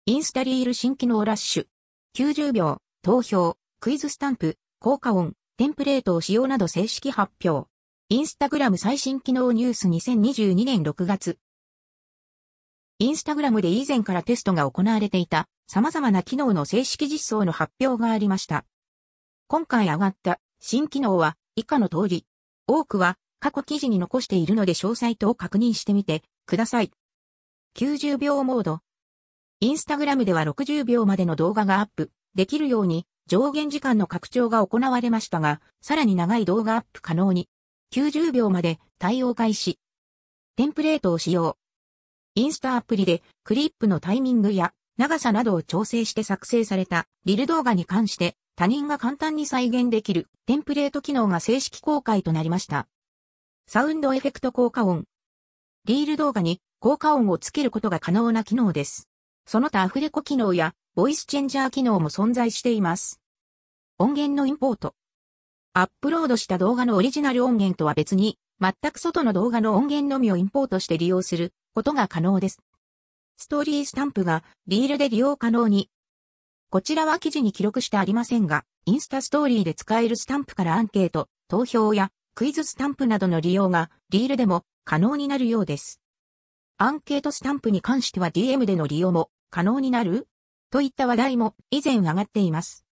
インスタリール新機能ラッシュ。90秒、投票、クイズスタンプ、効果音、テンプレートを使用など正式発表。インスタグラム最新機能ニュース2022年6月。インスタグラムで以前からテストが行われていた様々な機能の正式実装の発表がありました。今回上がった新機能は以下の通り。多くは過去記事に残しているので詳細等を確認してみてください。90秒モード。インスタグラムでは60秒までの動画がアップできるように上限時間の拡張が行われましたが、さらに長い動画アップ可能に。90秒まで対応開始。テンプレートを使用。インスタアプリでクリップのタイミングや長さなどを調整して作成されたリル動画に関して他人が簡単に再現できるテンプレート機能が正式公開となりました。サウンドエフェクト効果音。リール動画に効果音をつけることが可能な機能です。その他アフレコ機能やボイスチェンジャー機能も存在しています。音源のインポート。アップロードした動画のオリジナル音源とは別に、全く外の動画の音源のみをインポートして利用することが可能です。ストーリースタンプがリールで利用可能に。こちらは記事に記録してありませんが、インスタストーリーで使えるスタンプからアンケート、投票やクイズスタンプなどの利用がリールでも可能になるようです。アンケートスタンプに関しては DM での利用も可能になるといった話題も以前上がっています。